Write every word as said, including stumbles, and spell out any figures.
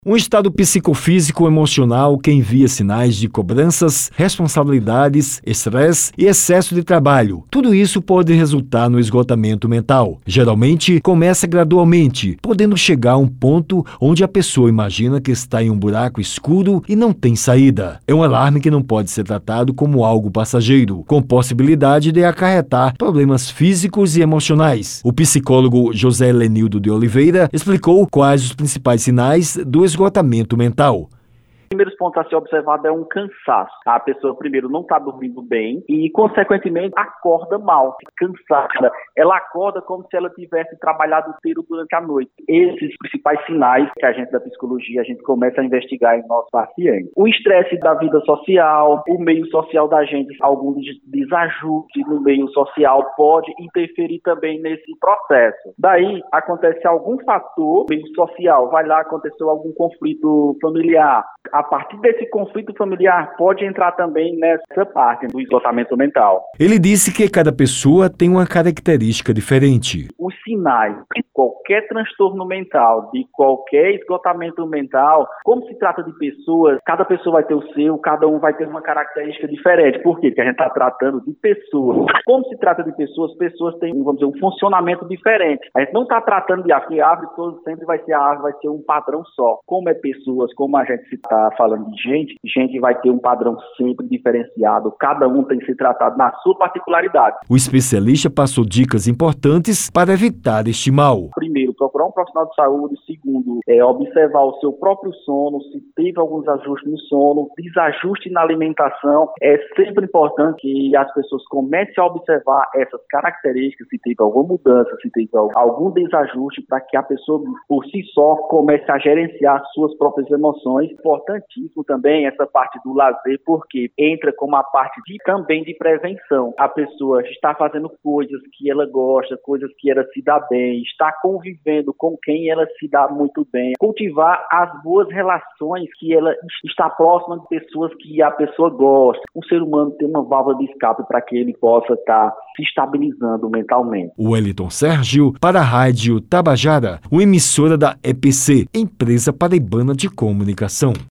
Um estado psicofísico emocional que envia sinais de cobranças, responsabilidades, estresse e excesso de trabalho. Tudo isso pode resultar no esgotamento mental. Geralmente, começa gradualmente, podendo chegar a um ponto onde a pessoa imagina que está em um buraco escuro e não tem saída. É um alarme que não pode ser tratado como algo passageiro, com possibilidade de acarretar problemas físicos e emocionais. O psicólogo José Lenildo de Oliveira explicou quais os principais sinais do esgotamento mental. Primeiros pontos a ser observado é um cansaço. A pessoa, primeiro, não está dormindo bem e, consequentemente, acorda mal, cansada. Ela acorda como se ela tivesse trabalhado inteiro durante a noite. Esses principais sinais que a gente da psicologia, a gente começa a investigar em nossos pacientes. O estresse da vida social, o meio social da gente, algum desajuste no meio social pode interferir também nesse processo. Daí, acontece algum fator meio social, vai lá, aconteceu algum conflito familiar. A partir desse conflito familiar, pode entrar também nessa parte do esgotamento mental. Ele disse que cada pessoa tem uma característica diferente. Os sinais de qualquer transtorno mental, de qualquer esgotamento mental, como se trata de pessoas, cada pessoa vai ter o seu, cada um vai ter uma característica diferente. Por quê? Porque a gente está tratando de pessoas. Como se trata de pessoas, pessoas têm, vamos dizer, um funcionamento diferente. A gente não está tratando de árvore, árvore todo sempre vai ser a árvore, vai ser um padrão só. Como é pessoas, como a gente está falando de gente, gente vai ter um padrão sempre diferenciado, cada um tem que ser tratado na sua particularidade. O especialista passou dicas importantes para evitar este mal. Primeiro, procurar um profissional de saúde. Segundo, é, observar o seu próprio sono, se teve alguns ajustes no sono, desajuste na alimentação. É sempre importante que as pessoas comecem a observar essas características, se teve alguma mudança, se teve algum desajuste, para que a pessoa, por si só, comece a gerenciar as suas próprias emoções. Importantíssimo também essa parte do lazer, porque entra como a parte de, também de prevenção. A pessoa está fazendo coisas que ela gosta, coisas que ela se dá bem, está convivendo com quem ela se dá muito bem, cultivar as boas relações, que ela está próxima de pessoas que a pessoa gosta. O ser humano tem uma válvula de escape para que ele possa estar se estabilizando mentalmente. Wellington Sérgio para a Rádio Tabajara, uma emissora da E P C, Empresa Paraibana de Comunicação.